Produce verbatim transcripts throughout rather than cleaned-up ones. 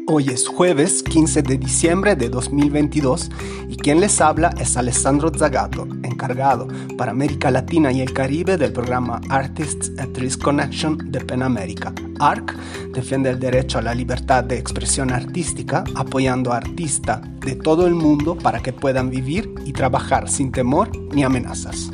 Hoy es jueves quince de diciembre de dos mil veintidós y quien les habla es Alessandro Zagato, encargado para América Latina y el Caribe del programa Artists at Risk Connection de PEN América. A R C defiende el derecho a la libertad de expresión artística, apoyando a artistas de todo el mundo para que puedan vivir y trabajar sin temor ni amenazas.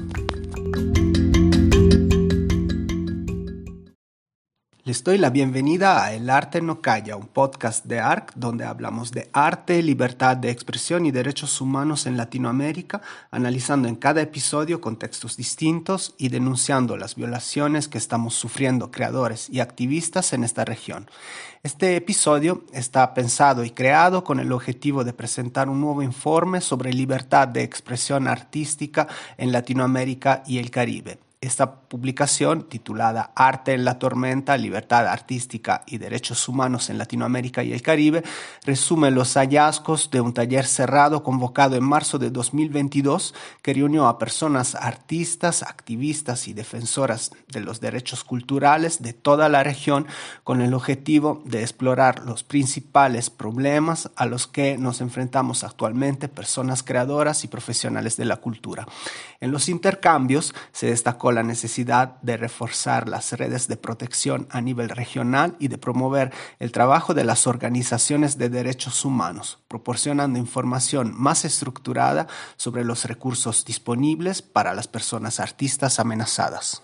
Les doy la bienvenida a El Arte No Calla, un podcast de A R C donde hablamos de arte, libertad de expresión y derechos humanos en Latinoamérica, analizando en cada episodio contextos distintos y denunciando las violaciones que estamos sufriendo creadores y activistas en esta región. Este episodio está pensado y creado con el objetivo de presentar un nuevo informe sobre libertad de expresión artística en Latinoamérica y el Caribe. Esta publicación, titulada Arte en la Tormenta, Libertad Artística y Derechos Humanos en Latinoamérica y el Caribe, resume los hallazgos de un taller cerrado convocado en marzo de dos mil veintidós que reunió a personas artistas, activistas y defensoras de los derechos culturales de toda la región con el objetivo de explorar los principales problemas a los que nos enfrentamos actualmente personas creadoras y profesionales de la cultura. En los intercambios se destacó la necesidad de reforzar las redes de protección a nivel regional y de promover el trabajo de las organizaciones de derechos humanos, proporcionando información más estructurada sobre los recursos disponibles para las personas artistas amenazadas.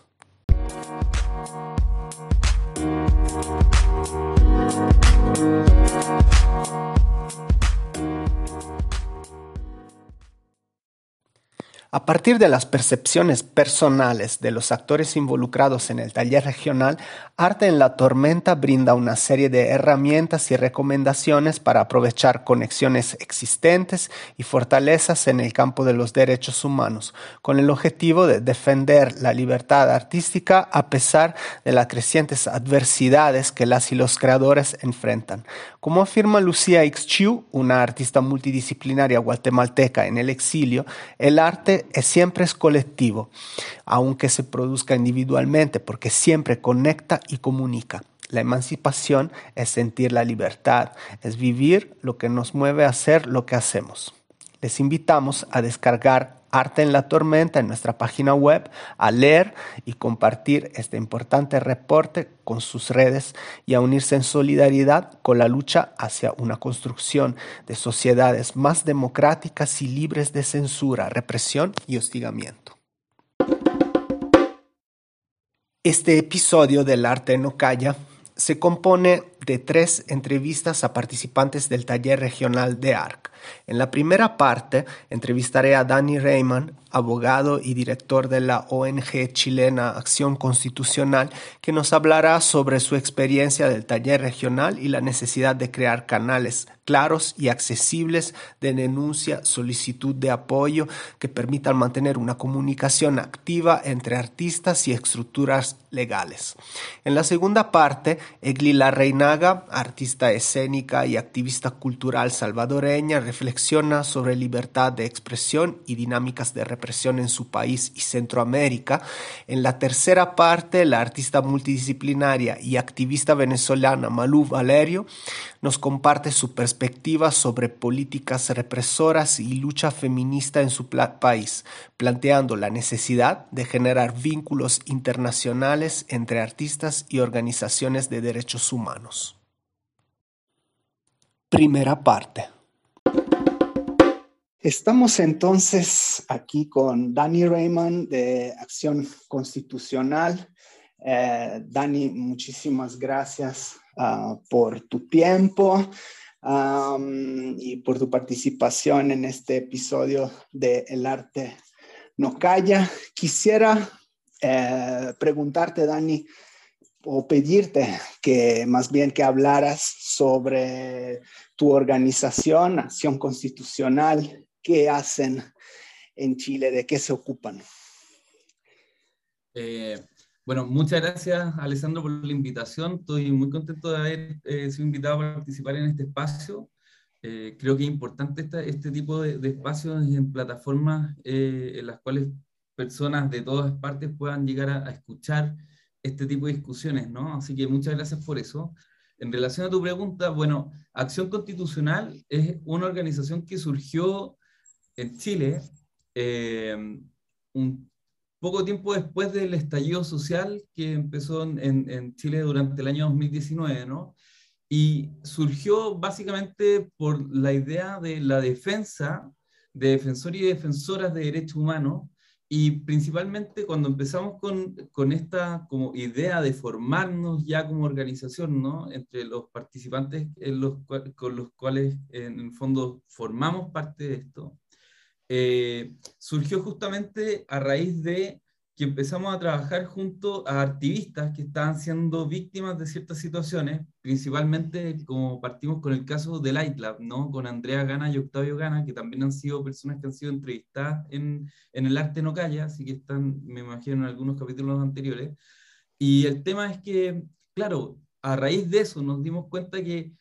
A partir de las percepciones personales de los actores involucrados en el taller regional, Arte en la Tormenta brinda una serie de herramientas y recomendaciones para aprovechar conexiones existentes y fortalezas en el campo de los derechos humanos, con el objetivo de defender la libertad artística a pesar de las crecientes adversidades que las y los creadores enfrentan. Como afirma Lucía Ixchiu, una artista multidisciplinaria guatemalteca en el exilio, el arte es siempre es colectivo, aunque se produzca individualmente, porque siempre conecta y comunica. La emancipación es sentir la libertad, es vivir lo que nos mueve a hacer lo que hacemos. Les invitamos a descargar Arte en la Tormenta en nuestra página web, a leer y compartir este importante reporte con sus redes y a unirse en solidaridad con la lucha hacia una construcción de sociedades más democráticas y libres de censura, represión y hostigamiento. Este episodio del Arte No Calla se compone de tres entrevistas a participantes del taller regional de A R C. En la primera parte, entrevistaré a Danny Reimann, abogado y director de la O N G chilena Acción Constitucional, que nos hablará sobre su experiencia del taller regional y la necesidad de crear canales claros y accesibles de denuncia, solicitud de apoyo que permitan mantener una comunicación activa entre artistas y estructuras legales. En la segunda parte, Egli Larreinaga, artista escénica y activista cultural salvadoreña, reflexiona sobre libertad de expresión y dinámicas de represión en su país y Centroamérica. En la tercera parte, la artista multidisciplinaria y activista venezolana Malú Valerio nos comparte su perspectiva sobre políticas represoras y lucha feminista en su país, planteando la necesidad de generar vínculos internacionales entre artistas y organizaciones de derechos humanos. Primera parte. Estamos entonces aquí con Danny Reimann de Acción Constitucional. Eh, Danny, muchísimas gracias uh, por tu tiempo um, y por tu participación en este episodio de El Arte No Calla. Quisiera eh, preguntarte, Danny, o pedirte que más bien que hablaras sobre tu organización, Acción Constitucional, qué hacen en Chile, de qué se ocupan. Eh, bueno, muchas gracias, Alessandro, por la invitación. Estoy muy contento de haber eh, sido invitado a participar en este espacio. Eh, creo que es importante esta, este tipo de, de espacios en plataformas eh, en las cuales personas de todas partes puedan llegar a, a escuchar este tipo de discusiones, ¿no? Así que muchas gracias por eso. en relación a tu pregunta, bueno, Acción Constitucional es una organización que surgió en Chile eh, un poco tiempo después del estallido social que empezó en, en Chile durante el año dos mil diecinueve, ¿no? Y surgió básicamente por la idea de la defensa de defensores y defensoras de derechos humanos, y principalmente cuando empezamos con, con esta como idea de formarnos ya como organización, ¿no? Entre los participantes en los, con los cuales en el fondo formamos parte de esto, eh, surgió justamente a raíz de que empezamos a trabajar junto a activistas que estaban siendo víctimas de ciertas situaciones, principalmente como partimos con el caso del iClub, ¿no? Con Andrea Gana y Octavio Gana, que también han sido personas que han sido entrevistadas en, en El Arte No Calla, así que están, me imagino, en algunos capítulos anteriores. Y el tema es que, claro, a raíz de eso nos dimos cuenta que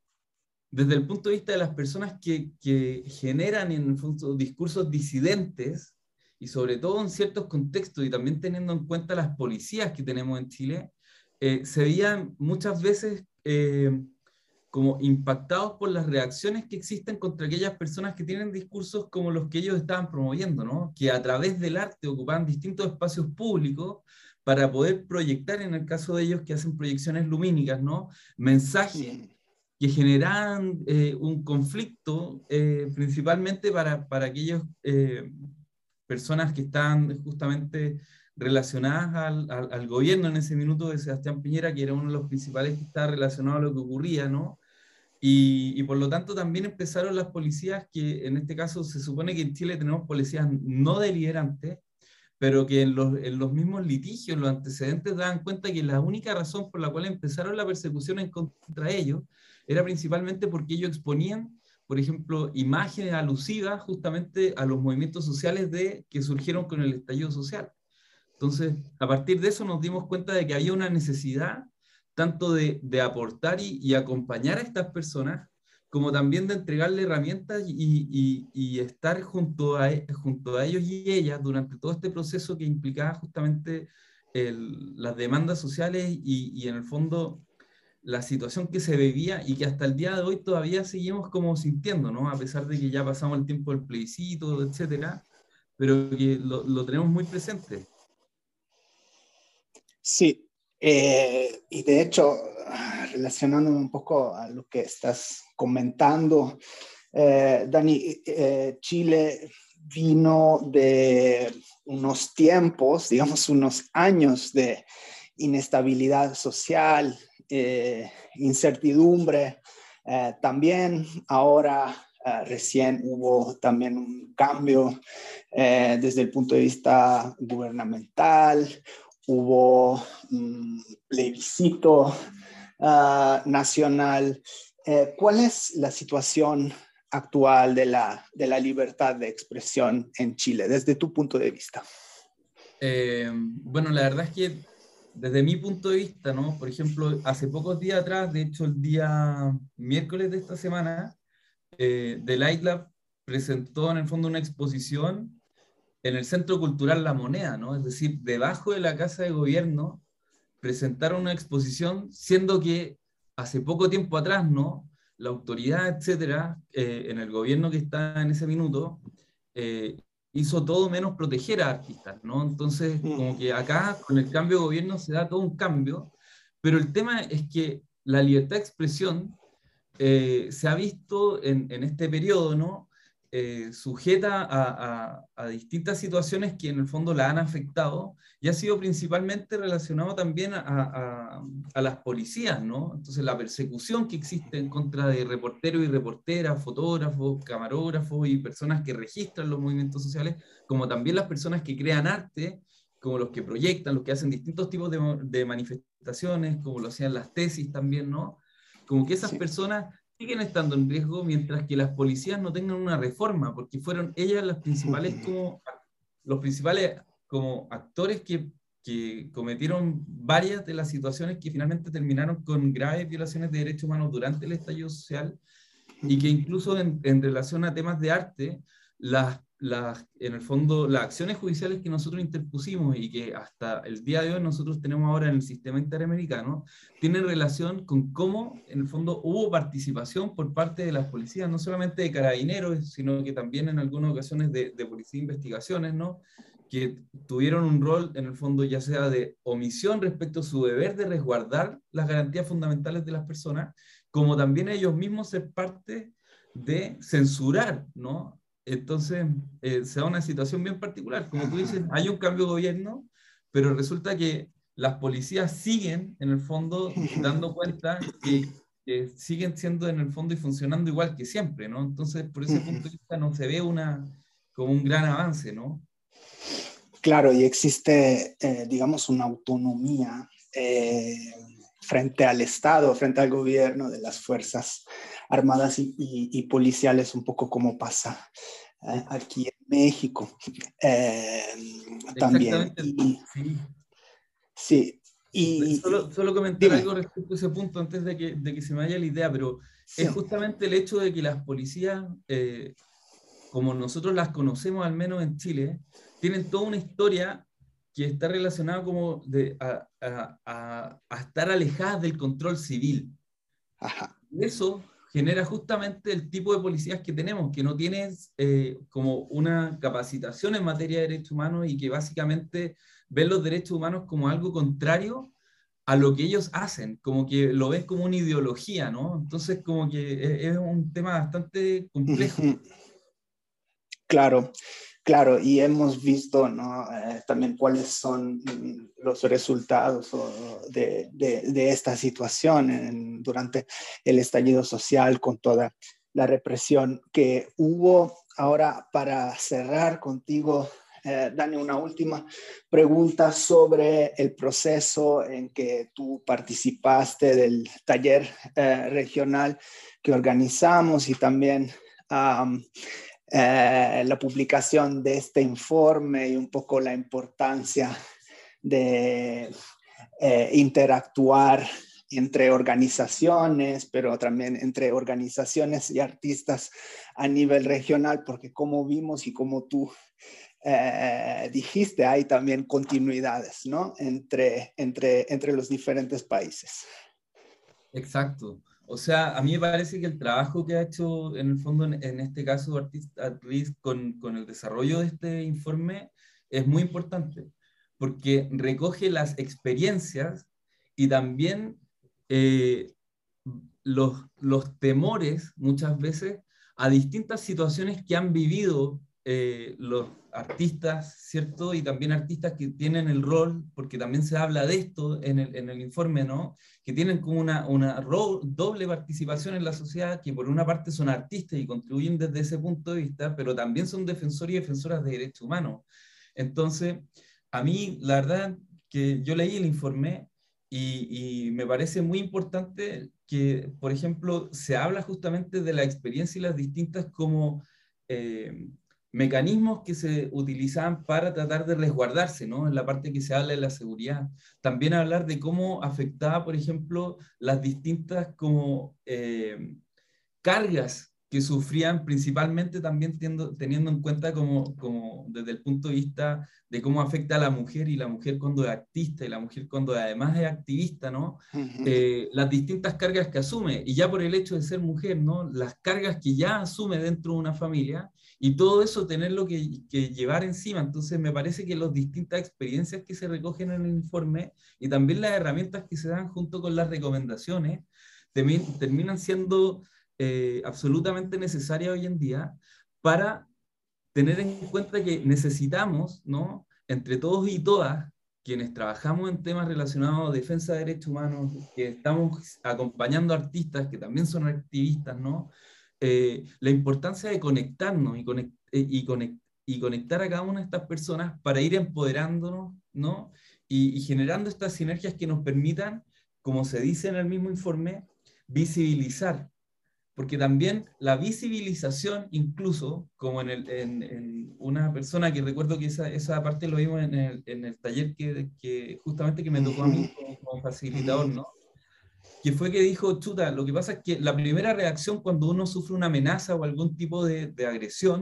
desde el punto de vista de las personas que, que generan en el fondo discursos disidentes, y sobre todo en ciertos contextos, y también teniendo en cuenta las policías que tenemos en Chile, eh, se veían muchas veces eh, como impactados por las reacciones que existen contra aquellas personas que tienen discursos como los que ellos estaban promoviendo, ¿no? Que a través del arte ocupan distintos espacios públicos para poder proyectar, en el caso de ellos que hacen proyecciones lumínicas, ¿no? Mensajes que generan eh, un conflicto eh, principalmente para, para aquellas eh, personas que están justamente relacionadas al, al, al, gobierno en ese minuto de Sebastián Piñera, que era uno de los principales que estaba relacionado a lo que ocurría, ¿no? Y, y por lo tanto también empezaron las policías, que en este caso se supone que en Chile tenemos policías no deliberantes, pero que en los, en los mismos litigios, los antecedentes daban cuenta que la única razón por la cual empezaron la persecución en contra de ellos era principalmente porque ellos exponían, por ejemplo, imágenes alusivas justamente a los movimientos sociales de, que surgieron con el estallido social. Entonces, a partir de eso nos dimos cuenta de que había una necesidad tanto de, de aportar y, y acompañar a estas personas, como también de entregarle herramientas y, y, y estar junto a, junto a ellos y ellas durante todo este proceso que implicaba justamente el, las demandas sociales y, y en el fondo la situación que se vivía y que hasta el día de hoy todavía seguimos como sintiendo, ¿no? A pesar de que ya pasamos el tiempo del plebiscito, etcétera, pero que lo, lo tenemos muy presente. Sí, eh, y de hecho, relacionándome un poco a lo que estás comentando, eh, Dani, eh, Chile vino de unos tiempos, digamos unos años de inestabilidad social, eh, incertidumbre. Eh, también ahora eh, recién hubo también un cambio eh, desde el punto de vista gubernamental. Hubo un plebiscito uh, nacional. Eh, ¿Cuál es la situación actual de la, de la libertad de expresión en Chile, desde tu punto de vista? Eh, bueno, la verdad es que desde mi punto de vista, ¿no? Por ejemplo, hace pocos días atrás, de hecho el día miércoles de esta semana, eh, The Light Lab presentó en el fondo una exposición en el Centro Cultural La Moneda, ¿no? Es decir, debajo de la Casa de Gobierno presentaron una exposición, siendo que hace poco tiempo atrás, ¿no? La autoridad, etcétera, eh, en el gobierno que está en ese minuto, eh, hizo todo menos proteger a artistas, ¿no? Entonces, como que acá, con el cambio de gobierno, se da todo un cambio, pero el tema es que la libertad de expresión eh, se ha visto en, en este periodo, ¿no? Eh, sujeta a, a, a, distintas situaciones que en el fondo la han afectado, y ha sido principalmente relacionado también a, a, a las policías, ¿no? Entonces la persecución que existe en contra de reporteros y reporteras, fotógrafos, camarógrafos y personas que registran los movimientos sociales, como también las personas que crean arte, como los que proyectan, los que hacen distintos tipos de, de manifestaciones, como lo hacían las tesis también, ¿no? Como que esas sí. personas siguen estando en riesgo mientras que las policías no tengan una reforma, porque fueron ellas las principales como, los principales como actores que, que cometieron varias de las situaciones que finalmente terminaron con graves violaciones de derechos humanos durante el estallido social, y que incluso en, en relación a temas de arte, las las, en el fondo, las acciones judiciales que nosotros interpusimos y que hasta el día de hoy nosotros tenemos ahora en el sistema interamericano, tienen relación con cómo, en el fondo, hubo participación por parte de las policías, no solamente de carabineros, sino que también en algunas ocasiones de, de policía de investigaciones, ¿no? Que tuvieron un rol, en el fondo, ya sea de omisión respecto a su deber de resguardar las garantías fundamentales de las personas, como también ellos mismos ser parte de censurar, ¿no? Entonces, eh, se da una situación bien particular. Como tú dices, hay un cambio de gobierno, pero resulta que las policías siguen, en el fondo, dando cuenta que, que siguen siendo, en el fondo, y funcionando igual que siempre, ¿no? Entonces, por ese punto de vista, no se ve una, como un gran avance, ¿no? Claro, y existe, eh, digamos, una autonomía eh, frente al Estado, frente al gobierno de las Fuerzas Armadas y, y, y policiales, un poco como pasa eh, aquí en México eh, también. Exactamente, Y, sí. sí, y, Solo, y solo comentar dime. algo respecto a ese punto antes de que, de que se me vaya la idea, pero Sí. es justamente el hecho de que las policías, eh, como nosotros las conocemos, al menos en Chile, tienen toda una historia que está relacionada como de, a, a, a, a estar alejadas del control civil. Ajá. Y eso genera justamente el tipo de policías que tenemos, que no tienen eh, como una capacitación en materia de derechos humanos y que básicamente ven los derechos humanos como algo contrario a lo que ellos hacen, como que lo ven como una ideología, ¿no? Entonces como que es, es un tema bastante complejo. Uh-huh. Claro, claro, y hemos visto, ¿no? eh, también cuáles son los resultados de, de, de esta situación en, durante el estallido social con toda la represión que hubo. Ahora, para cerrar contigo, eh, Dani, una última pregunta sobre el proceso en que tú participaste del taller eh, regional que organizamos y también um, eh, la publicación de este informe y un poco la importancia de eh, interactuar entre organizaciones, pero también entre organizaciones y artistas a nivel regional, porque como vimos y como tú eh, dijiste, hay también continuidades, ¿no? Entre, entre, entre los diferentes países. Exacto. O sea, a mí me parece que el trabajo que ha hecho, en el fondo, en, en este caso, Artist at Risk, con, con el desarrollo de este informe, es muy importante, porque recoge las experiencias y también eh, los, los temores, muchas veces, a distintas situaciones que han vivido eh, los artistas, ¿cierto? Y también artistas que tienen el rol, porque también se habla de esto en el, en el informe, ¿no? Que tienen como una, una ro- doble participación en la sociedad, que por una parte son artistas y contribuyen desde ese punto de vista, pero también son defensores y defensoras de derechos humanos. Entonces, a mí, la verdad, que yo leí el informe y, y me parece muy importante que, por ejemplo, se habla justamente de la experiencia y las distintas como eh, mecanismos que se utilizaban para tratar de resguardarse, ¿no? En la parte que se habla de la seguridad. También hablar de cómo afectaba, por ejemplo, las distintas como eh, cargas que sufrían principalmente también tiendo, teniendo en cuenta como, como desde el punto de vista de cómo afecta a la mujer y la mujer cuando es artista y la mujer cuando además es activista, ¿no? Uh-huh. Eh, las distintas cargas que asume y ya por el hecho de ser mujer, ¿no? Las cargas que ya asume dentro de una familia y todo eso tenerlo que, que llevar encima. Entonces me parece que las distintas experiencias que se recogen en el informe y también las herramientas que se dan junto con las recomendaciones termin, terminan siendo eh, absolutamente necesaria hoy en día para tener en cuenta que necesitamos, ¿no? Entre todos y todas, quienes trabajamos en temas relacionados a defensa de derechos humanos, que estamos acompañando a artistas que también son activistas, ¿no? Eh, la importancia de conectarnos y, conect y, conect y conectar a cada una de estas personas para ir empoderándonos, ¿no? Y, y generando estas sinergias que nos permitan, como se dice en el mismo informe, visibilizar, porque también la visibilización, incluso, como en, el, en, en una persona que recuerdo que esa, esa parte lo vimos en el, en el taller que, que justamente que me tocó a mí como, como facilitador, ¿no? Que fue que dijo, chuta, lo que pasa es que la primera reacción cuando uno sufre una amenaza o algún tipo de, de agresión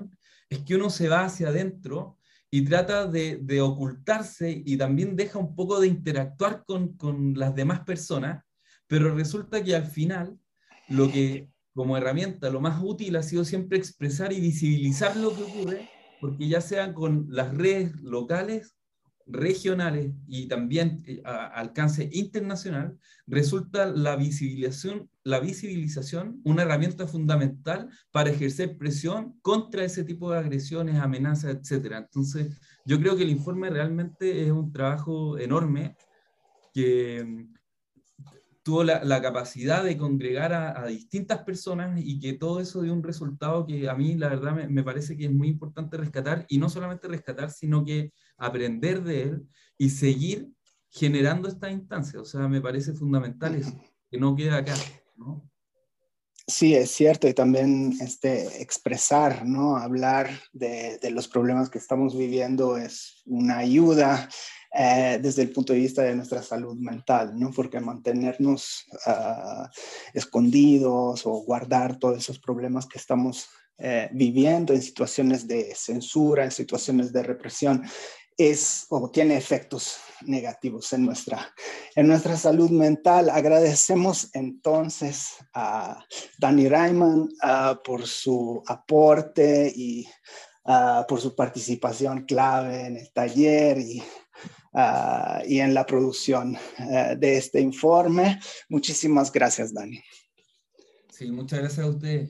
es que uno se va hacia adentro y trata de, de ocultarse y también deja un poco de interactuar con, con las demás personas, pero resulta que al final lo que como herramienta lo más útil ha sido siempre expresar y visibilizar lo que ocurre, porque ya sea con las redes locales, regionales y también eh, a alcance internacional, resulta la visibilización, la visibilización una herramienta fundamental para ejercer presión contra ese tipo de agresiones, amenazas, etcétera. Entonces, yo creo que el informe realmente es un trabajo enorme que tuvo la, la capacidad de congregar a, a distintas personas y que todo eso dio un resultado que a mí la verdad me, me parece que es muy importante rescatar, y no solamente rescatar, sino que aprender de él y seguir generando estas instancias. O sea, me parece fundamental eso, que no quede acá, ¿no? Sí, es cierto, y también este, expresar, ¿no? Hablar de, de los problemas que estamos viviendo es una ayuda eh, desde el punto de vista de nuestra salud mental, ¿no? Porque mantenernos uh, escondidos o guardar todos esos problemas que estamos eh, viviendo en situaciones de censura, en situaciones de represión, es o tiene efectos negativos en nuestra, en nuestra salud mental. Agradecemos entonces a Dani Reimann uh, por su aporte y uh, por su participación clave en el taller y, uh, y en la producción uh, de este informe. Muchísimas gracias, Dani. Sí, muchas gracias a ustedes.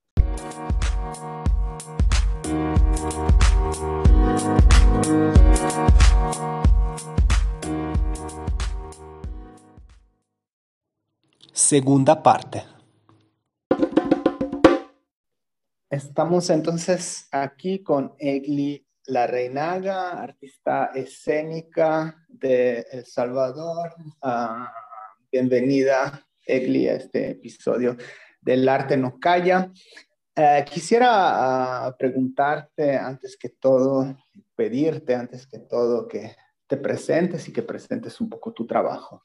Segunda parte. Estamos entonces aquí con Egli Larreinaga, artista escénica de El Salvador. Uh, bienvenida, Egli, a este episodio del Arte No Calla. Uh, quisiera uh, preguntarte antes que todo, pedirte antes que todo que te presentes y que presentes un poco tu trabajo.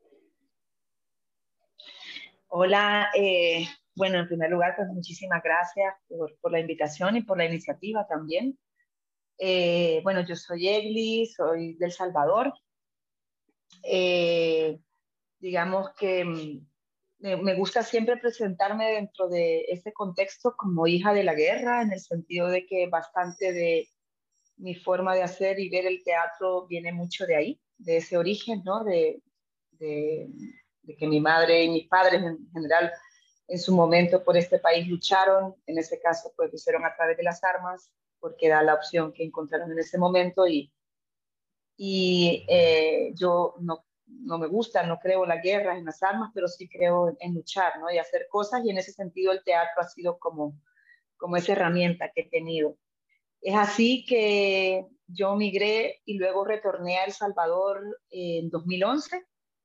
Hola, eh, bueno, en primer lugar, pues muchísimas gracias por, por la invitación y por la iniciativa también. Eh, bueno, yo soy Egli, soy del Salvador. Eh, digamos que me, me gusta siempre presentarme dentro de este contexto como hija de la guerra, en el sentido de que bastante de mi forma de hacer y ver el teatro viene mucho de ahí, de ese origen, ¿no? De, de, de que mi madre y mis padres en general en su momento por este país lucharon, en ese caso pues lo hicieron a través de las armas, porque era la opción que encontraron en ese momento, y, y eh, yo no, no me gusta, no creo en las guerras, en las armas, pero sí creo en, en luchar, ¿no? Y hacer cosas, y en ese sentido el teatro ha sido como, como esa herramienta que he tenido. Es así que yo migré y luego retorné a El Salvador en dos mil once,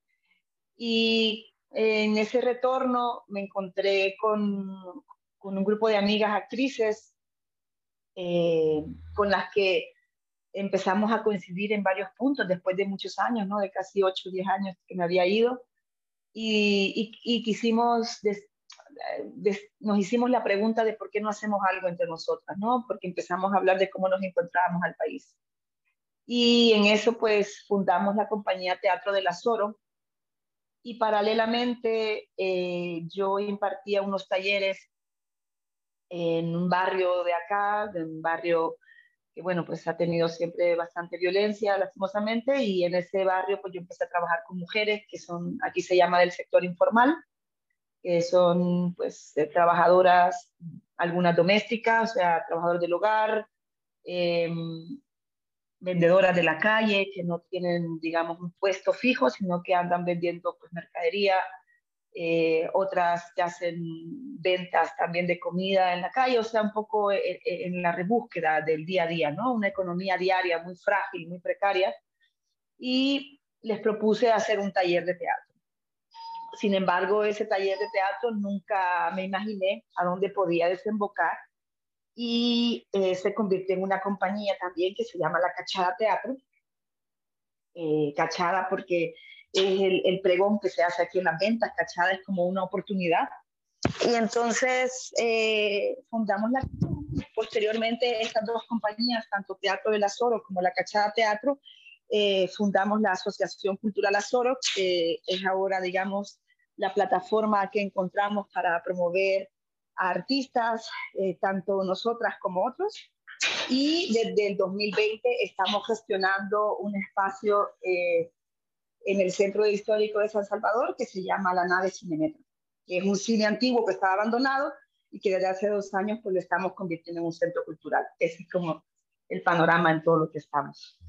y en ese retorno me encontré con, con un grupo de amigas actrices eh, con las que empezamos a coincidir en varios puntos después de muchos años, ¿no? De casi ocho o diez años que me había ido, y, y, y quisimos, des, des, nos hicimos la pregunta de por qué no hacemos algo entre nosotras, ¿no? Porque empezamos a hablar de cómo nos encontrábamos al país. Y en eso pues fundamos la compañía Teatro del Azoro, y paralelamente eh, yo impartía unos talleres en un barrio de acá, de un barrio que, bueno, pues ha tenido siempre bastante violencia, lastimosamente, y en ese barrio pues yo empecé a trabajar con mujeres que son, aquí se llama del sector informal, que son pues eh, trabajadoras, algunas domésticas, o sea, trabajadoras del hogar, eh, vendedoras de la calle que no tienen, digamos, un puesto fijo, sino que andan vendiendo pues mercadería, eh, otras que hacen ventas también de comida en la calle, o sea, un poco en, en la rebúsqueda del día a día, ¿no? Una economía diaria muy frágil, muy precaria, y les propuse hacer un taller de teatro. Sin embargo, ese taller de teatro nunca me imaginé a dónde podía desembocar, y eh, se convirtió en una compañía también que se llama La Cachada Teatro. Eh, cachada porque es el, el pregón que se hace aquí en las ventas, cachada es como una oportunidad. Y entonces eh, fundamos la cachada posteriormente estas dos compañías, tanto Teatro del Azoro como La Cachada Teatro, eh, fundamos la Asociación Cultural Azoro, que es ahora, digamos, la plataforma que encontramos para promover a artistas, eh, tanto nosotras como otros. Y desde el dos mil veinte estamos gestionando un espacio eh, en el Centro Histórico de San Salvador que se llama La Nave Cinemetro, que es un cine antiguo que estaba abandonado y que desde hace dos años pues lo estamos convirtiendo en un centro cultural. Ese es como el panorama en todo lo que estamos.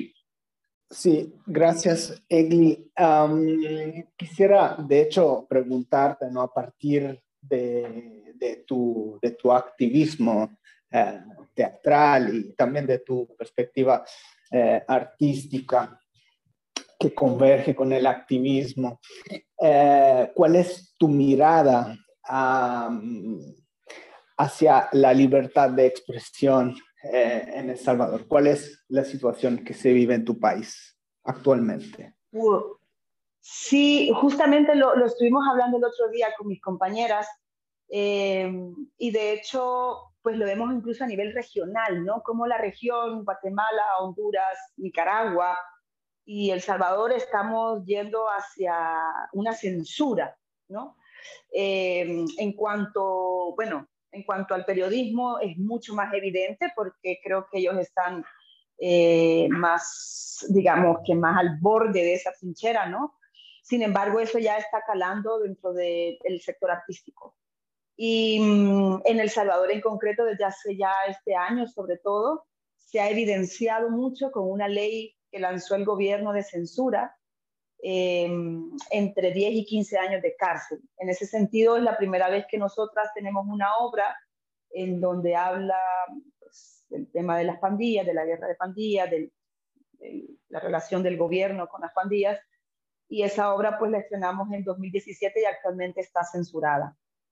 Sí, gracias, Egli. Um, quisiera, de hecho, preguntarte, ¿no? A partir de, de, tu, de tu activismo eh, teatral y también de tu perspectiva eh, artística que converge con el activismo, eh, ¿cuál es tu mirada um, hacia la libertad de expresión eh, en El Salvador? ¿Cuál es la situación que se vive en tu país actualmente? Uh, sí, justamente lo, lo estuvimos hablando el otro día con mis compañeras eh, y de hecho pues lo vemos incluso a nivel regional, ¿no? Como la región, Guatemala, Honduras, Nicaragua y El Salvador estamos yendo hacia una censura, ¿no? Eh, en cuanto, bueno, en cuanto al periodismo es mucho más evidente porque creo que ellos están eh, más, digamos, que más al borde de esa trinchera, ¿no? Sin embargo, eso ya está calando dentro del de sector artístico. Y mmm, en El Salvador en concreto, desde hace ya este año sobre todo, se ha evidenciado mucho con una ley que lanzó el gobierno de censura, eh, entre diez y quince años de cárcel. En ese sentido, es la primera vez que nosotras tenemos una obra en donde habla pues, del tema de las pandillas, de la guerra de pandillas, de, de la relación del gobierno con las pandillas, y esa obra pues la estrenamos en dos mil diecisiete y actualmente está censurada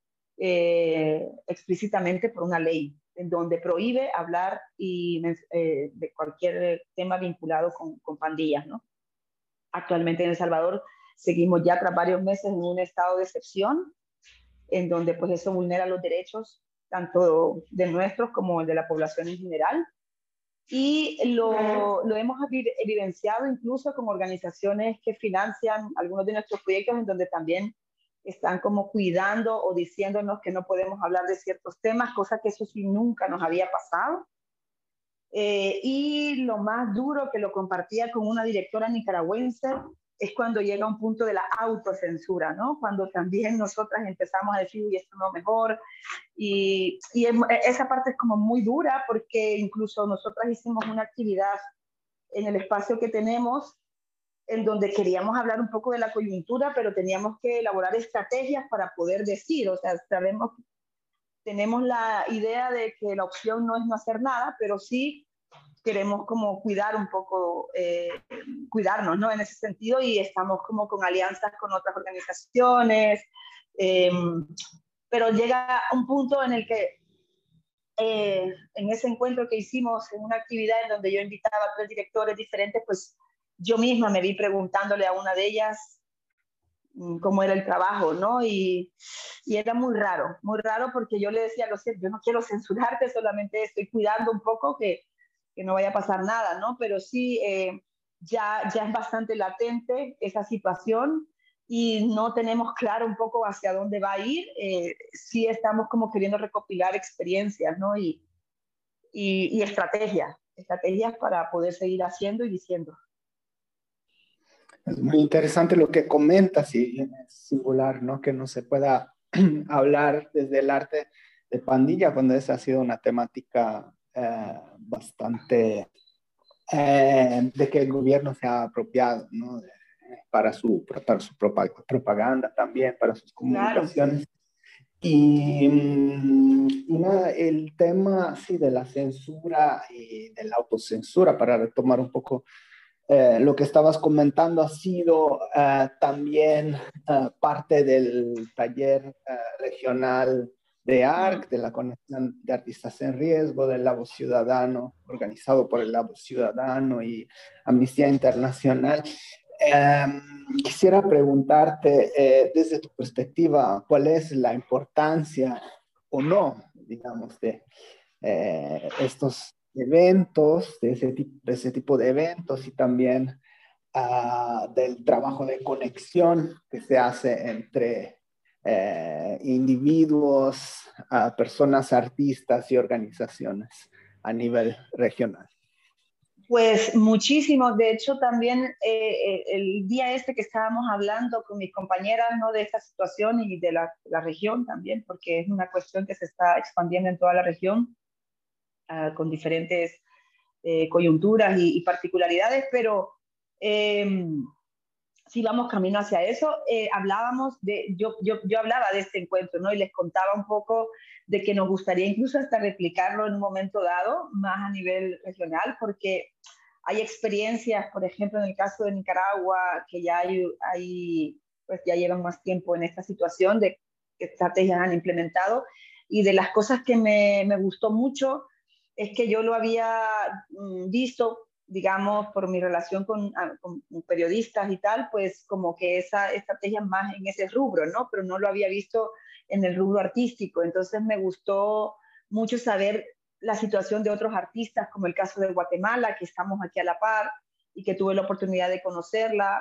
eh, explícitamente por una ley en donde prohíbe hablar y, eh, de cualquier tema vinculado con, con pandillas, ¿no? Actualmente en El Salvador seguimos ya tras varios meses en un estado de excepción, en donde pues eso vulnera los derechos tanto de nuestros como de la población en general. Y lo, lo hemos evidenciado incluso con organizaciones que financian algunos de nuestros proyectos, en donde también están como cuidando o diciéndonos que no podemos hablar de ciertos temas, cosa que eso sí nunca nos había pasado. Eh, y lo más duro, que lo compartía con una directora nicaragüense, es cuando llega un punto de la autocensura, ¿no? Cuando también nosotras empezamos a decir, uy, esto no mejor. Y, y esa parte es como muy dura porque incluso nosotras hicimos una actividad en el espacio que tenemos en donde queríamos hablar un poco de la coyuntura, pero teníamos que elaborar estrategias para poder decir, o sea, sabemos, tenemos la idea de que la opción no es no hacer nada, pero sí queremos como cuidar un poco, eh, cuidarnos, ¿no? En ese sentido, y estamos como con alianzas con otras organizaciones, eh, pero llega un punto en el que eh, en ese encuentro que hicimos, en una actividad en donde yo invitaba a tres directores diferentes, pues yo misma me vi preguntándole a una de ellas cómo era el trabajo, ¿no? Y, y era muy raro, muy raro porque yo le decía, lo siento, yo no quiero censurarte, solamente estoy cuidando un poco que que no vaya a pasar nada, ¿no? Pero sí, eh, ya, ya es bastante latente esa situación y no tenemos claro un poco hacia dónde va a ir. Eh, sí estamos como queriendo recopilar experiencias, ¿no? Y, y, y estrategias, estrategias para poder seguir haciendo y diciendo. Es muy interesante lo que comentas y es singular, ¿no? Que no se pueda hablar desde el arte de pandilla cuando esa ha sido una temática Eh, bastante eh, de que el gobierno se ha apropiado, ¿no? De, para su, para su propaganda también, para sus comunicaciones. Claro. Y, y nada, el tema sí, de la censura y de la autocensura, para retomar un poco eh, lo que estabas comentando, ha sido uh, también uh, parte del taller uh, regional de A R C, de la Conexión de Artistas en Riesgo, del Labo Ciudadano, organizado por el Labo Ciudadano y Amnistía Internacional. Eh, quisiera preguntarte, eh, desde tu perspectiva, ¿cuál es la importancia o no, digamos, de, eh, estos eventos, de ese, de ese tipo de eventos y también uh, del trabajo de conexión que se hace entre eh, individuos, uh, personas, artistas y organizaciones a nivel regional. Pues muchísimos, de hecho también eh, el día este que estábamos hablando con mis compañeras, ¿no?, de esta situación y de la, la región también, porque es una cuestión que se está expandiendo en toda la región uh, con diferentes eh, coyunturas y, y particularidades, pero eh, si vamos camino hacia eso, eh, hablábamos de, yo, yo, yo hablaba de este encuentro, ¿no?, y les contaba un poco de que nos gustaría incluso hasta replicarlo en un momento dado, más a nivel regional, porque hay experiencias, por ejemplo, en el caso de Nicaragua, que ya, hay, hay, pues ya llevan más tiempo en esta situación, de qué estrategias han implementado, y de las cosas que me, me gustó mucho es que yo lo había visto, digamos, por mi relación con, con periodistas y tal, pues como que esa estrategia más en ese rubro, ¿no? Pero no lo había visto en el rubro artístico. Entonces me gustó mucho saber la situación de otros artistas, como el caso de Guatemala, que estamos aquí a la par y que tuve la oportunidad de conocerla,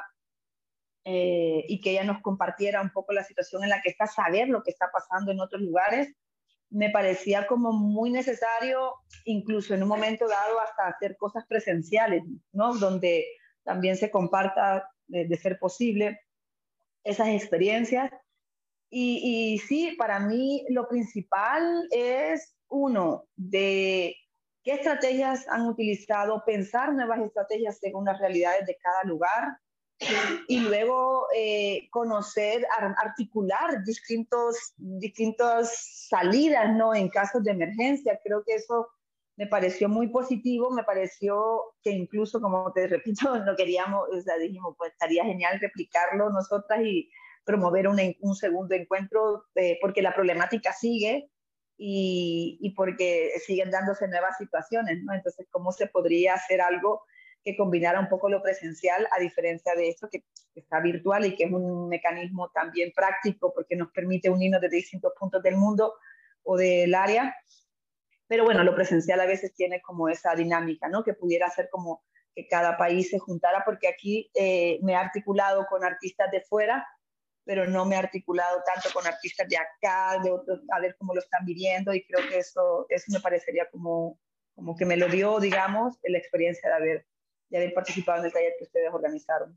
eh, y que ella nos compartiera un poco la situación en la que está, saber lo que está pasando en otros lugares. Me parecía como muy necesario, incluso en un momento dado, hasta hacer cosas presenciales, ¿no?, donde también se comparta, de, de ser posible, esas experiencias. Y, y sí, para mí lo principal es, uno, de qué estrategias han utilizado, pensar nuevas estrategias según las realidades de cada lugar, y luego eh, conocer, articular distintos, distintas salidas, ¿no?, en casos de emergencia. Creo que eso me pareció muy positivo, me pareció que incluso, como te repito, no queríamos, o sea, dijimos, pues estaría genial replicarlo nosotras y promover un, un segundo encuentro, eh, porque la problemática sigue y, y porque siguen dándose nuevas situaciones, ¿no? Entonces, ¿cómo se podría hacer algo que combinara un poco lo presencial, a diferencia de esto que está virtual y que es un mecanismo también práctico porque nos permite unirnos desde distintos puntos del mundo o del área? Pero bueno, lo presencial a veces tiene como esa dinámica, ¿no?, que pudiera ser como que cada país se juntara, porque aquí eh, me he articulado con artistas de fuera, pero no me he articulado tanto con artistas de acá, de otros, a ver cómo lo están viviendo, y creo que eso, eso me parecería como, como que me lo dio, digamos, la experiencia de haber, de haber participado en el taller que ustedes organizaron.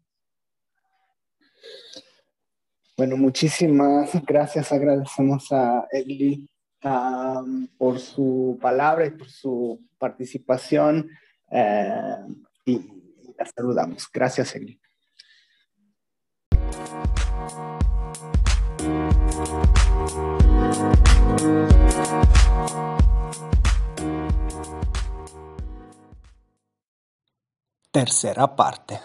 Bueno, muchísimas gracias. Agradecemos a Egli um, por su palabra y por su participación, eh, y, y la saludamos. Gracias, Egli. Tercera parte.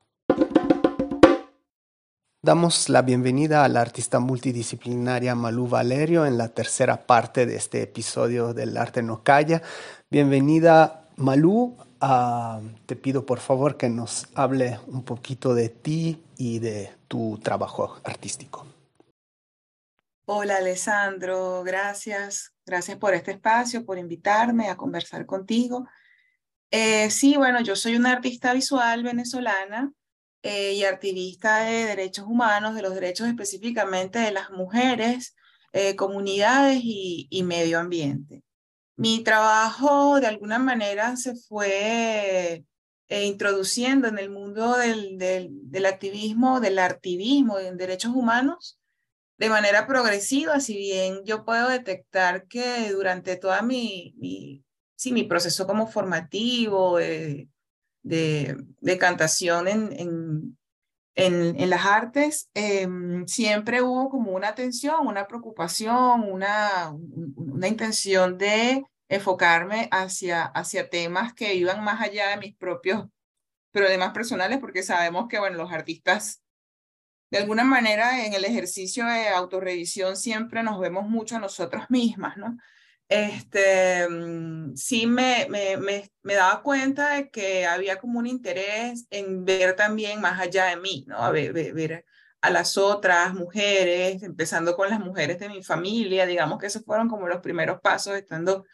Damos la bienvenida a la artista multidisciplinaria Malú Valerio en la tercera parte de este episodio del Arte No Calla. Bienvenida, Malú. Uh, te pido por favor que nos hable un poquito de ti y de tu trabajo artístico. Hola, Alessandro, gracias. Gracias por este espacio, por invitarme a conversar contigo. Eh, sí, bueno, yo soy una artista visual venezolana eh, y activista de derechos humanos, de los derechos específicamente de las mujeres, eh, comunidades y, y medio ambiente. Mi trabajo de alguna manera se fue eh, introduciendo en el mundo del, del, del activismo, del artivismo en derechos humanos de manera progresiva, si bien yo puedo detectar que durante toda mi, mi, sí, mi proceso como formativo eh, de, de cantación en, en, en, en las artes, eh, siempre hubo como una atención, una preocupación, una, una intención de enfocarme hacia, hacia temas que iban más allá de mis propios problemas personales, porque sabemos que, bueno, los artistas, de alguna manera, en el ejercicio de autorrevisión siempre nos vemos mucho a nosotros mismas, ¿no? Este, sí me, me, me, me daba cuenta de que había como un interés en ver también más allá de mí, ¿no? A ver, ver, ver a las otras mujeres, empezando con las mujeres de mi familia, digamos que esos fueron como los primeros pasos, estando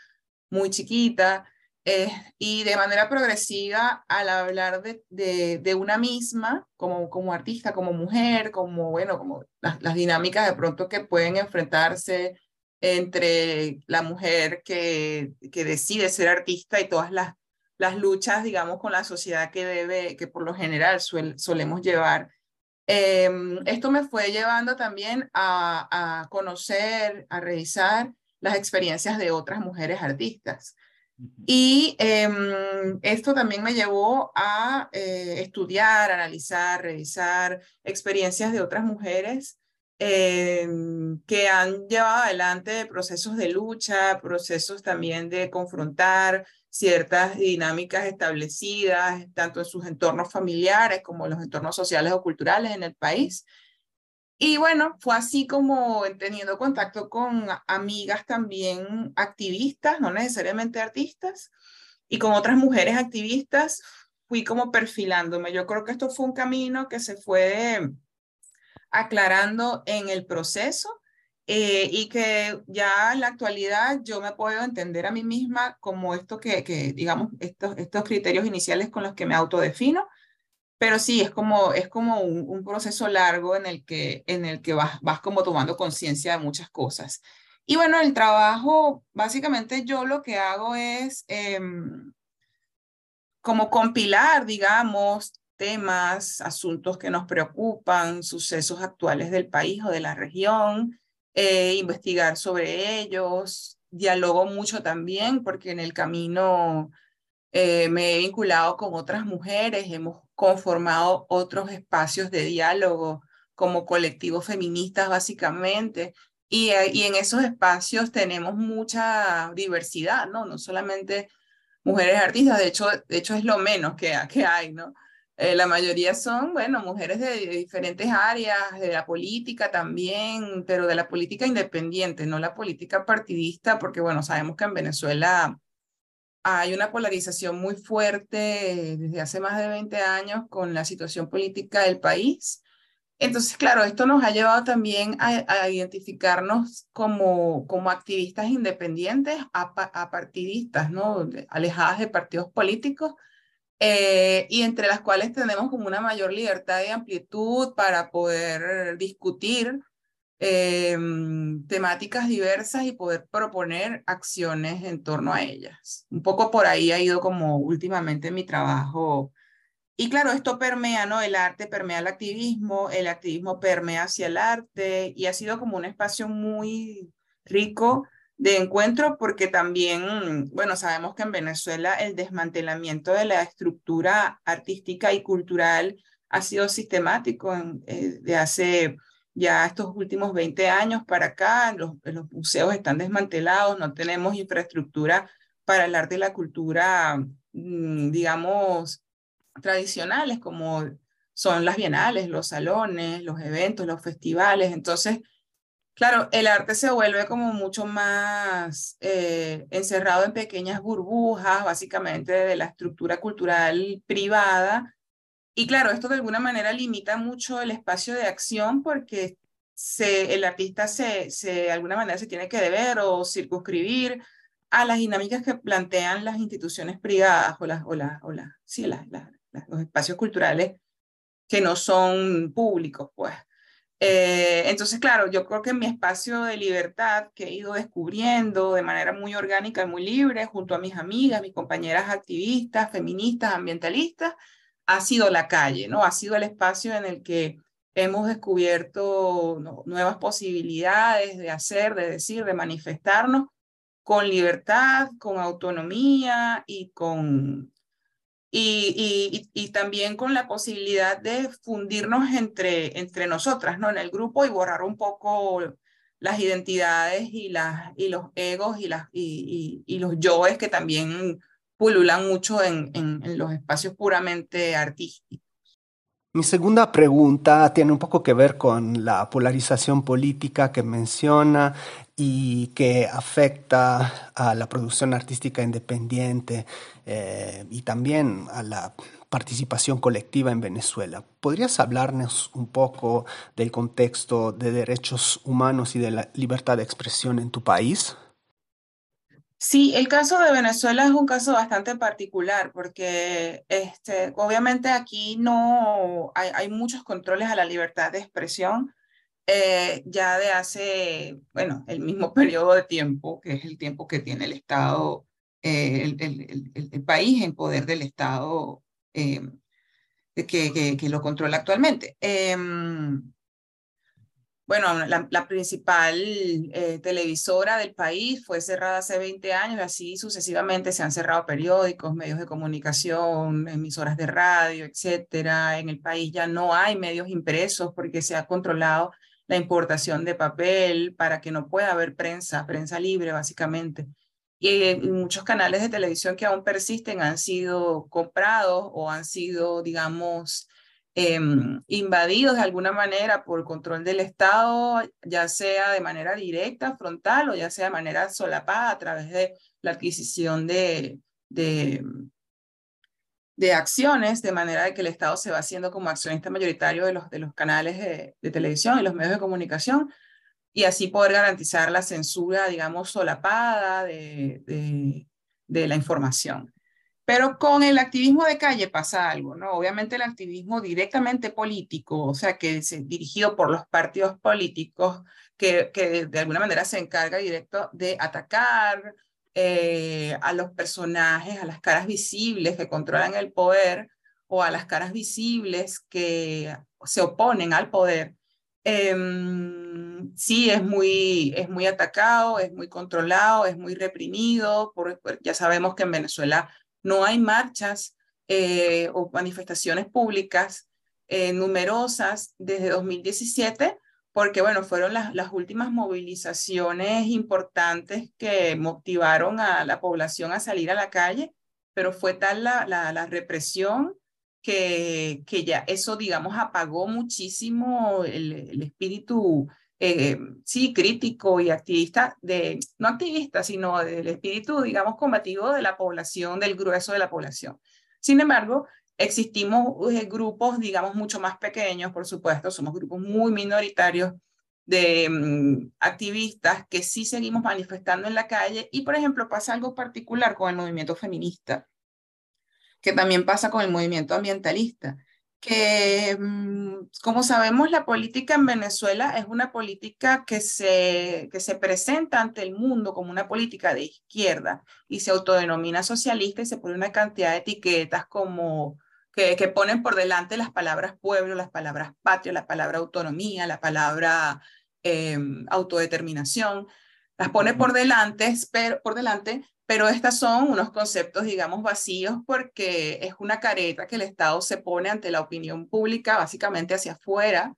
muy chiquita, eh, y de manera progresiva al hablar de, de, de una misma, como, como artista, como mujer, como, bueno, como las, las dinámicas de pronto que pueden enfrentarse entre la mujer que, que decide ser artista y todas las, las luchas, digamos, con la sociedad que debe, que por lo general suel, solemos llevar. Eh, esto me fue llevando también a, a conocer, a revisar las experiencias de otras mujeres artistas. Y eh, esto también me llevó a eh, estudiar, analizar, revisar experiencias de otras mujeres eh, que han llevado adelante procesos de lucha, procesos también de confrontar ciertas dinámicas establecidas, tanto en sus entornos familiares como en los entornos sociales o culturales en el país. Y bueno, fue así como teniendo contacto con amigas también activistas, no necesariamente artistas, y con otras mujeres activistas, fui como perfilándome. Yo creo que esto fue un camino que se fue aclarando en el proceso eh, y que ya en la actualidad yo me puedo entender a mí misma como esto que, que digamos, estos, estos criterios iniciales con los que me autodefino. Pero sí, es como, es como un, un proceso largo en el que, en el que vas, vas como tomando conciencia de muchas cosas. Y bueno, el trabajo, básicamente yo lo que hago es eh, como compilar, digamos, temas, asuntos que nos preocupan, sucesos actuales del país o de la región, eh, investigar sobre ellos. Dialogo mucho también porque en el camino eh, me he vinculado con otras mujeres, hemos conformado otros espacios de diálogo como colectivos feministas básicamente, y, eh, y en esos espacios tenemos mucha diversidad, ¿no? No solamente mujeres artistas, de hecho, de hecho es lo menos que, que hay, ¿no? Eh, la mayoría son, bueno, mujeres de diferentes áreas, de la política también, pero de la política independiente, no la política partidista, porque bueno, sabemos que en Venezuela hay una polarización muy fuerte desde hace más de veinte años con la situación política del país. Entonces, claro, esto nos ha llevado también a, a identificarnos como, como activistas independientes, a, a partidistas, ¿no? De, alejadas de partidos políticos, eh, y entre las cuales tenemos como una mayor libertad y amplitud para poder discutir eh, temáticas diversas y poder proponer acciones en torno a ellas. Un poco por ahí ha ido como últimamente mi trabajo. Y claro, esto permea, ¿no? El arte permea el activismo, el activismo permea hacia el arte y ha sido como un espacio muy rico de encuentro porque también, bueno, sabemos que en Venezuela el desmantelamiento de la estructura artística y cultural ha sido sistemático en, eh, de hace ya estos últimos veinte años para acá. Los, los museos están desmantelados, no tenemos infraestructura para el arte y la cultura, mmm, digamos, tradicionales como son las bienales, los salones, los eventos, los festivales. Entonces, claro, el arte se vuelve como mucho más eh, encerrado en pequeñas burbujas, básicamente de la estructura cultural privada. Y claro, esto de alguna manera limita mucho el espacio de acción porque se, el artista se, se, de alguna manera se tiene que deber o circunscribir a las dinámicas que plantean las instituciones privadas o, las, o, la, o la, sí, las, las, los espacios culturales que no son públicos, pues. Eh, entonces, claro, yo creo que mi espacio de libertad que he ido descubriendo de manera muy orgánica y muy libre, junto a mis amigas, mis compañeras activistas, feministas, ambientalistas, ha sido la calle, ¿no? Ha sido el espacio en el que hemos descubierto ¿no? nuevas posibilidades de hacer, de decir, de manifestarnos con libertad, con autonomía y con y, y, y también con la posibilidad de fundirnos entre, entre nosotras, ¿no? En el grupo y borrar un poco las identidades y, las, y los egos y, las, y, y, y los yoes que también pululan mucho en, en, en los espacios puramente artísticos. Mi segunda pregunta tiene un poco que ver con la polarización política que menciona y que afecta a la producción artística independiente eh, y también a la participación colectiva en Venezuela. ¿Podrías hablarnos un poco del contexto de derechos humanos y de la libertad de expresión en tu país? Sí, el caso de Venezuela es un caso bastante particular porque este, obviamente aquí no hay, hay muchos controles a la libertad de expresión eh, ya de hace, bueno, el mismo periodo de tiempo, que es el tiempo que tiene el Estado, eh, el, el, el, el país en poder del Estado eh, que, que, que, lo controla actualmente. Eh, Bueno, la, la principal eh, televisora del país fue cerrada hace veinte años y así sucesivamente se han cerrado periódicos, medios de comunicación, emisoras de radio, etcétera. En el país ya no hay medios impresos porque se ha controlado la importación de papel para que no pueda haber prensa, prensa libre básicamente. Y, eh, y muchos canales de televisión que aún persisten han sido comprados o han sido, digamos, eh, invadidos de alguna manera por control del Estado, ya sea de manera directa, frontal, o ya sea de manera solapada a través de la adquisición de, de, de acciones, de manera de que el Estado se va haciendo como accionista mayoritario de los, de los canales de, de televisión y los medios de comunicación, y así poder garantizar la censura, digamos, solapada de, de, de la información. Pero con el activismo de calle pasa algo, ¿no? Obviamente el activismo directamente político, o sea, que es dirigido por los partidos políticos, que, que de alguna manera se encarga directo de atacar eh, a los personajes, a las caras visibles que controlan el poder o a las caras visibles que se oponen al poder. Eh, sí, es muy, es muy atacado, es muy controlado, es muy reprimido. Por, por, ya sabemos que en Venezuela no hay marchas eh, o manifestaciones públicas eh, numerosas desde dos mil diecisiete, porque bueno, fueron las, las últimas movilizaciones importantes que motivaron a la población a salir a la calle, pero fue tal la, la, la represión que, que ya eso, digamos, apagó muchísimo el, el espíritu eh, sí, crítico y activista, de, no activista, sino del espíritu, digamos, combativo de la población, del grueso de la población. Sin embargo, existimos eh, grupos, digamos, mucho más pequeños, por supuesto, somos grupos muy minoritarios de um, activistas que sí seguimos manifestando en la calle y, por ejemplo, pasa algo particular con el movimiento feminista, que también pasa con el movimiento ambientalista, que como sabemos la política en Venezuela es una política que se, que se presenta ante el mundo como una política de izquierda y se autodenomina socialista y se pone una cantidad de etiquetas como que, que ponen por delante las palabras pueblo, las palabras patria, la palabra autonomía, la palabra eh, autodeterminación, las pone por delante, pero, por delante pero estas son unos conceptos, digamos, vacíos porque es una careta que el Estado se pone ante la opinión pública, básicamente hacia afuera.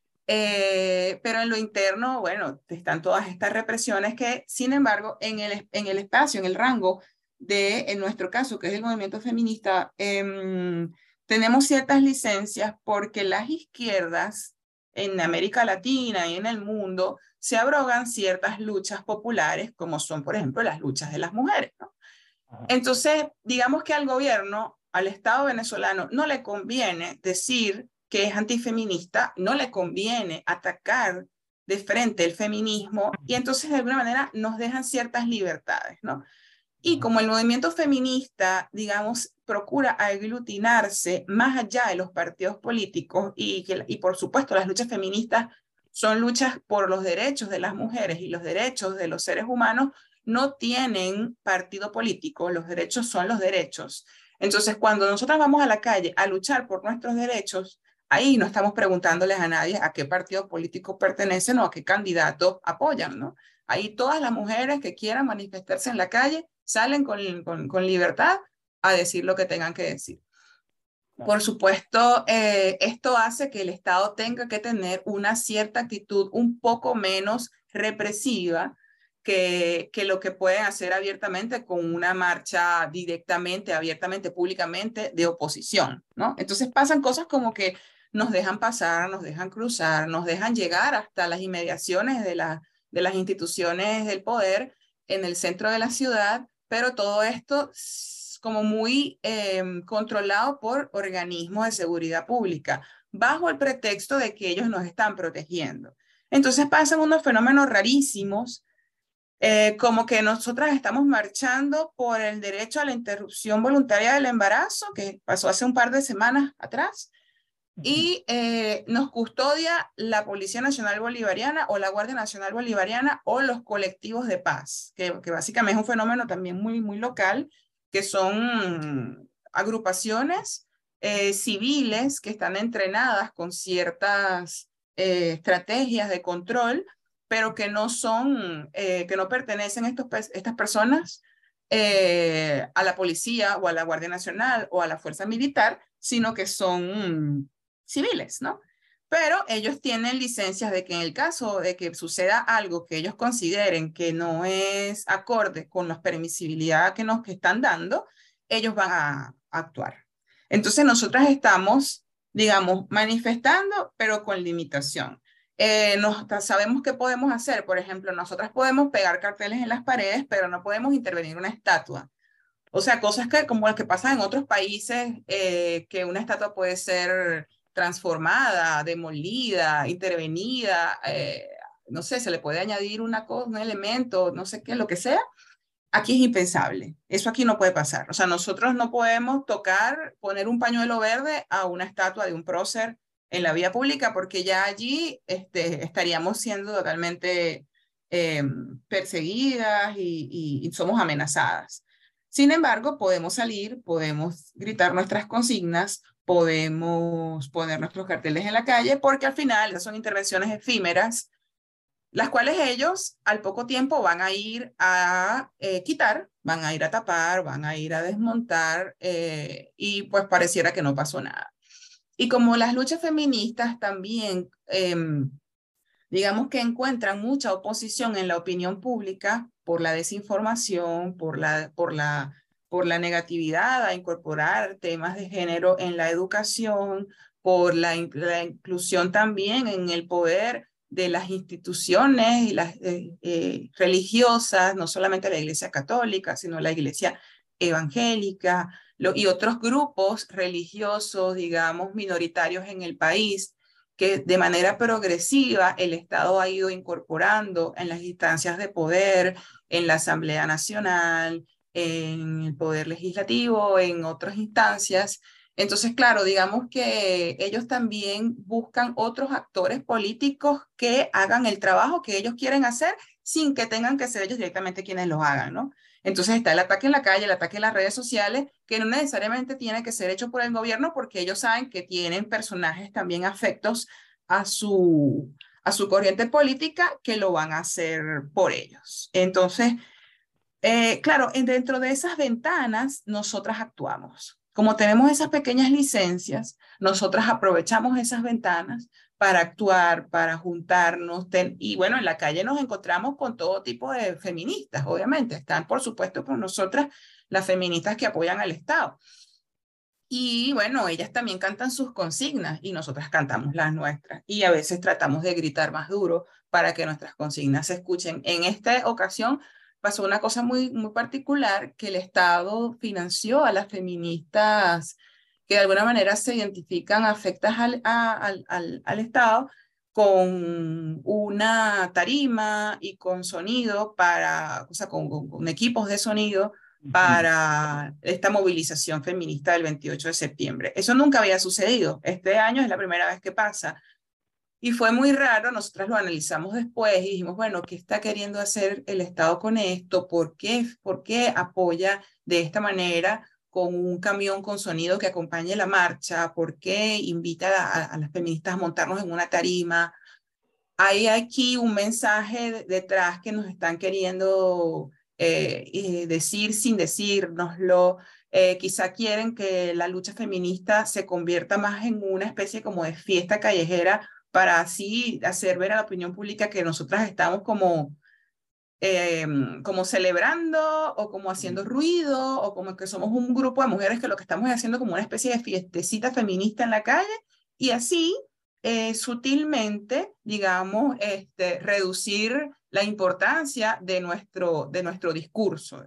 Eh, pero en lo interno, bueno, están todas estas represiones que, sin embargo, en el, en el espacio, en el rango de, en nuestro caso, que es el movimiento feminista, eh, tenemos ciertas licencias porque las izquierdas en América Latina y en el mundo se abrogan ciertas luchas populares, como son, por ejemplo, las luchas de las mujeres, ¿no? Entonces, digamos que al gobierno, al Estado venezolano, no le conviene decir que es antifeminista, no le conviene atacar de frente el feminismo y entonces de alguna manera nos dejan ciertas libertades, ¿no? Y como el movimiento feminista, digamos, procura aglutinarse más allá de los partidos políticos y, que, y por supuesto las luchas feministas son luchas por los derechos de las mujeres y los derechos de los seres humanos, no tienen partido político, los derechos son los derechos. Entonces, cuando nosotras vamos a la calle a luchar por nuestros derechos, ahí no estamos preguntándoles a nadie a qué partido político pertenecen o a qué candidato apoyan, ¿no? Ahí todas las mujeres que quieran manifestarse en la calle salen con, con, con libertad a decir lo que tengan que decir. Por supuesto, eh, esto hace que el Estado tenga que tener una cierta actitud un poco menos represiva que, que lo que pueden hacer abiertamente con una marcha directamente, abiertamente, públicamente de oposición, ¿no? Entonces pasan cosas como que nos dejan pasar, nos dejan cruzar, nos dejan llegar hasta las inmediaciones de, la, de las instituciones del poder en el centro de la ciudad, pero todo esto como muy eh, controlado por organismos de seguridad pública, bajo el pretexto de que ellos nos están protegiendo. Entonces pasan unos fenómenos rarísimos Eh, como que nosotras estamos marchando por el derecho a la interrupción voluntaria del embarazo, que pasó hace un par de semanas atrás, y eh, nos custodia la Policía Nacional Bolivariana o la Guardia Nacional Bolivariana o los colectivos de paz, que, que básicamente es un fenómeno también muy, muy local, que son agrupaciones eh, civiles que están entrenadas con ciertas eh, estrategias de control, pero que no son, eh, que no pertenecen estos, estas personas eh, a la policía o a la Guardia Nacional o a la Fuerza Militar, sino que son civiles, ¿no? Pero ellos tienen licencias de que en el caso de que suceda algo que ellos consideren que no es acorde con la permisibilidad que nos que están dando, ellos van a, a actuar. Entonces nosotras estamos, digamos, manifestando, pero con limitación. Eh, nos, sabemos qué podemos hacer. Por ejemplo, nosotras podemos pegar carteles en las paredes, pero no podemos intervenir una estatua. O sea, cosas que, como las que pasan en otros países, eh, que una estatua puede ser transformada, demolida, intervenida, eh, no sé, se le puede añadir una cosa, un elemento, no sé qué, lo que sea. Aquí es impensable. Eso aquí no puede pasar. O sea, nosotros no podemos tocar, poner un pañuelo verde a una estatua de un prócer en la vía pública, porque ya allí este, estaríamos siendo totalmente eh, perseguidas y, y, y somos amenazadas. Sin embargo, podemos salir, podemos gritar nuestras consignas, podemos poner nuestros carteles en la calle, porque al final esas son intervenciones efímeras, las cuales ellos al poco tiempo van a ir a eh, quitar, van a ir a tapar, van a ir a desmontar, eh, y pues pareciera que no pasó nada. Y como las luchas feministas también, eh, digamos que encuentran mucha oposición en la opinión pública por la desinformación, por la, por la, por la negatividad a incorporar temas de género en la educación, por la, la inclusión también en el poder de las instituciones y las eh, eh, religiosas, no solamente la Iglesia Católica, sino la Iglesia Evangélica lo, y otros grupos religiosos, digamos, minoritarios en el país, que de manera progresiva el Estado ha ido incorporando en las instancias de poder, en la Asamblea Nacional, en el Poder Legislativo, en otras instancias. Entonces, claro, digamos que ellos también buscan otros actores políticos que hagan el trabajo que ellos quieren hacer sin que tengan que ser ellos directamente quienes lo hagan, ¿no? Entonces está el ataque en la calle, el ataque en las redes sociales, que no necesariamente tiene que ser hecho por el gobierno porque ellos saben que tienen personajes también afectos a su, a su corriente política que lo van a hacer por ellos. Entonces, eh, claro, dentro de esas ventanas nosotras actuamos. Como tenemos esas pequeñas licencias, nosotras aprovechamos esas ventanas para actuar, para juntarnos. Ten, y bueno, en la calle nos encontramos con todo tipo de feministas, obviamente. Están, por supuesto, con nosotras las feministas que apoyan al Estado. Y bueno, ellas también cantan sus consignas y nosotras cantamos las nuestras. Y a veces tratamos de gritar más duro para que nuestras consignas se escuchen. En esta ocasión pasó una cosa muy, muy particular, que el Estado financió a las feministas que de alguna manera se identifican afectas al, a, al, al, al Estado, con una tarima y con sonido para, o sea, con, con, con equipos de sonido para esta movilización feminista del veintiocho de septiembre. Eso nunca había sucedido. Este año es la primera vez que pasa. Y fue muy raro, nosotras lo analizamos después y dijimos, bueno, ¿qué está queriendo hacer el Estado con esto? ¿Por qué, por qué apoya de esta manera con un camión con sonido que acompañe la marcha? ¿Por qué invita a, a las feministas a montarnos en una tarima? Hay aquí un mensaje detrás que nos están queriendo eh, eh, decir sin decírnoslo. Eh, quizá quieren que la lucha feminista se convierta más en una especie como de fiesta callejera, para así hacer ver a la opinión pública que nosotras estamos como, eh, como celebrando o como haciendo ruido o como que somos un grupo de mujeres que lo que estamos haciendo como una especie de fiestecita feminista en la calle y así eh, sutilmente, digamos, este, reducir la importancia de nuestro, de nuestro discurso.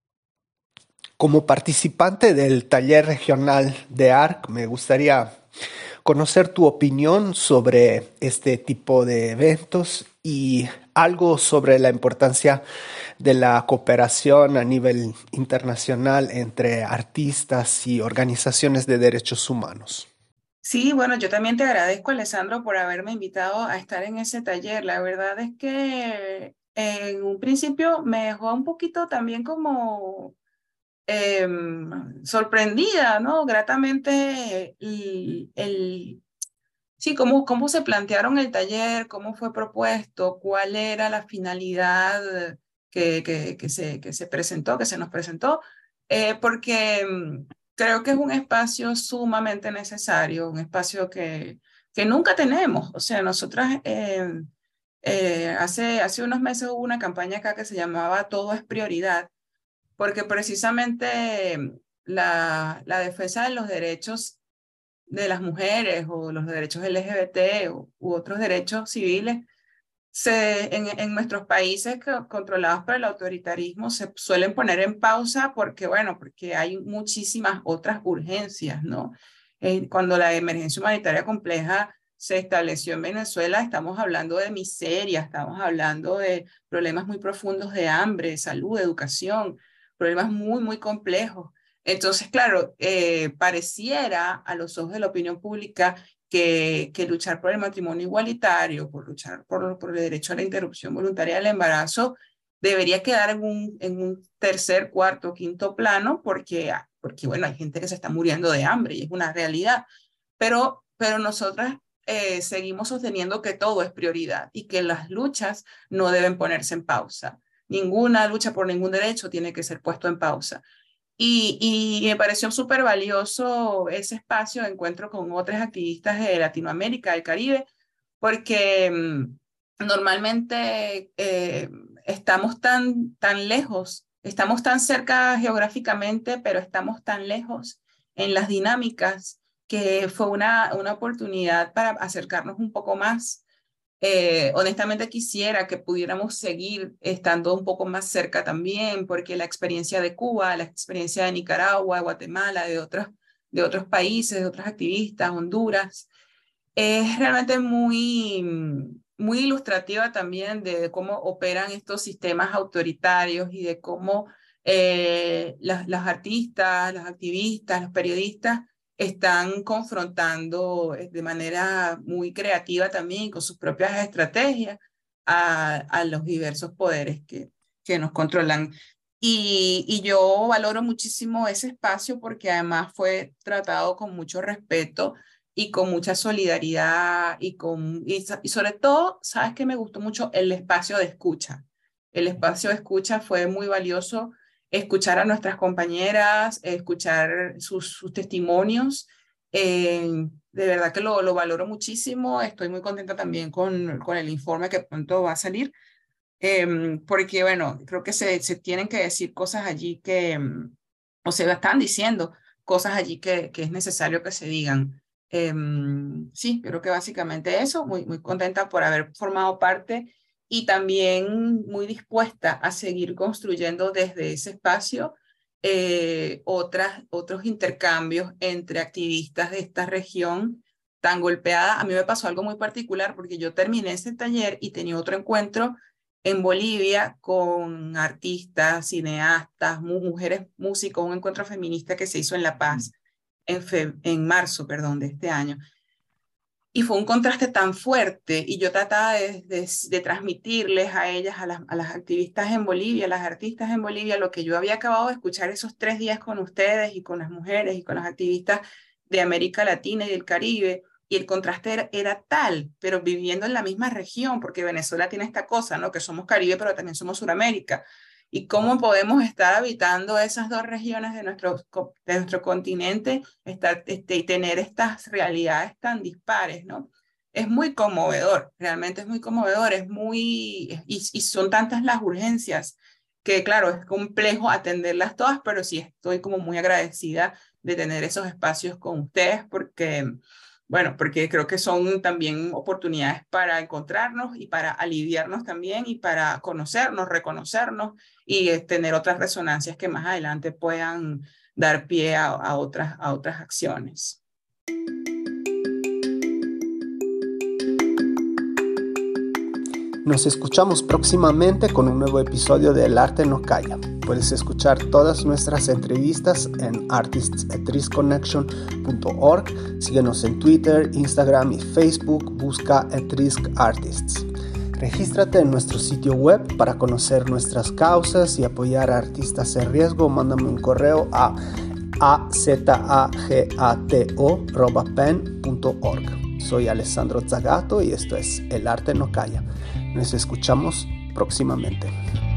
Como participante del taller regional de A R C, me gustaría conocer tu opinión sobre este tipo de eventos y algo sobre la importancia de la cooperación a nivel internacional entre artistas y organizaciones de derechos humanos. Sí, bueno, yo también te agradezco, Alessandro, por haberme invitado a estar en ese taller. La verdad es que en un principio me dejó un poquito también como eh, sorprendida, ¿no? Gratamente el, el sí, cómo, cómo se plantearon el taller, cómo fue propuesto, cuál era la finalidad que, que, que se, que se presentó, que se nos presentó, eh, porque mm, creo que es un espacio sumamente necesario, un espacio que, que nunca tenemos. O sea, nosotras eh, eh, hace, hace unos meses hubo una campaña acá que se llamaba Todo es Prioridad, porque precisamente mm, la, la defensa de los derechos de las mujeres o los derechos L G B T u, u otros derechos civiles, se, en, en nuestros países que, controlados por el autoritarismo se suelen poner en pausa porque, bueno, porque hay muchísimas otras urgencias, ¿no? Eh, cuando la emergencia humanitaria compleja se estableció en Venezuela, estamos hablando de miseria, estamos hablando de problemas muy profundos de hambre, salud, educación, problemas muy, muy complejos. Entonces, claro, eh, pareciera a los ojos de la opinión pública que, que luchar por el matrimonio igualitario, por luchar por, por el derecho a la interrupción voluntaria del embarazo, debería quedar en un, en un tercer, cuarto, quinto plano, porque, porque, bueno, hay gente que se está muriendo de hambre y es una realidad. Pero, pero nosotras eh, seguimos sosteniendo que todo es prioridad y que las luchas no deben ponerse en pausa. Ninguna lucha por ningún derecho tiene que ser puesto en pausa. Y, y me pareció súper valioso ese espacio de encuentro con otras activistas de Latinoamérica, del Caribe, porque mmm, normalmente eh, estamos tan, tan lejos, estamos tan cerca geográficamente, pero estamos tan lejos en las dinámicas que fue una, una oportunidad para acercarnos un poco más. Eh, honestamente quisiera que pudiéramos seguir estando un poco más cerca también, porque la experiencia de Cuba, la experiencia de Nicaragua, Guatemala, de otros, de otros países, de otros activistas, Honduras, es realmente muy, muy ilustrativa también de cómo operan estos sistemas autoritarios y de cómo eh, las, las artistas, los activistas, los periodistas están confrontando de manera muy creativa también con sus propias estrategias a, a los diversos poderes que, que nos controlan. Y, y yo valoro muchísimo ese espacio porque además fue tratado con mucho respeto y con mucha solidaridad y, con, y, y sobre todo, ¿sabes qué? Me gustó mucho el espacio de escucha. El espacio de escucha fue muy valioso, escuchar a nuestras compañeras, escuchar sus, sus testimonios. Eh, de verdad que lo, lo valoro muchísimo. Estoy muy contenta también con, con el informe que pronto va a salir, eh, porque, bueno, creo que se, se tienen que decir cosas allí que, o se están diciendo cosas allí que, que es necesario que se digan. Eh, sí, creo que básicamente eso, muy, muy contenta por haber formado parte y también muy dispuesta a seguir construyendo desde ese espacio eh, otras, otros intercambios entre activistas de esta región tan golpeada. A mí me pasó algo muy particular porque yo terminé ese taller y tenía otro encuentro en Bolivia con artistas, cineastas, mu mujeres músicos, un encuentro feminista que se hizo en La Paz en, fe en marzo, perdón, de este año. Y fue un contraste tan fuerte y yo trataba de, de, de transmitirles a ellas, a las, a las activistas en Bolivia, a las artistas en Bolivia, lo que yo había acabado de escuchar esos tres días con ustedes y con las mujeres y con las activistas de América Latina y del Caribe. Y el contraste era, era tal, pero viviendo en la misma región, porque Venezuela tiene esta cosa, ¿no? Que somos Caribe, pero también somos Suramérica. Y cómo podemos estar habitando esas dos regiones de nuestro, de nuestro continente estar, este, y tener estas realidades tan dispares, ¿no? Es muy conmovedor, realmente es muy conmovedor, es muy, y, y son tantas las urgencias que, claro, es complejo atenderlas todas, pero sí estoy como muy agradecida de tener esos espacios con ustedes porque... Bueno, porque creo que son también oportunidades para encontrarnos y para aliviarnos también y para conocernos, reconocernos y eh, tener otras resonancias que más adelante puedan dar pie a, a, otras, a otras acciones. Nos escuchamos próximamente con un nuevo episodio de El Arte No Calla. Puedes escuchar todas nuestras entrevistas en artists at risk connection punto org. Síguenos en Twitter, Instagram y Facebook. Busca At Risk Artists. Regístrate en nuestro sitio web para conocer nuestras causas y apoyar a artistas en riesgo. Mándame un correo a azagato arroba pen punto org. Soy Alessandro Zagato y esto es El Arte No Calla. Nos escuchamos próximamente.